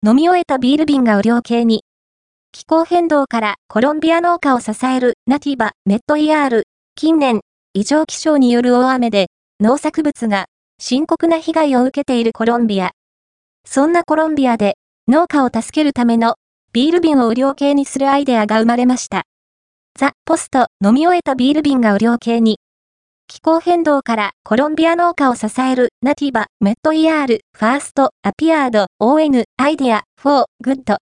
飲み終えたビール瓶が雨量計に。気候変動からコロンビア農家を支えるナティバ・メット ER。近年、異常気象による大雨で農作物が深刻な被害を受けているコロンビア。そんなコロンビアで農家を助けるためのビール瓶を雨量計にするアイデアが生まれました。ザ・ポスト飲み終えたビール瓶が雨量計に。気候変動からコロンビア農家を支えるナティバ・メット ER。ファースト・アピアード ON アイデア for good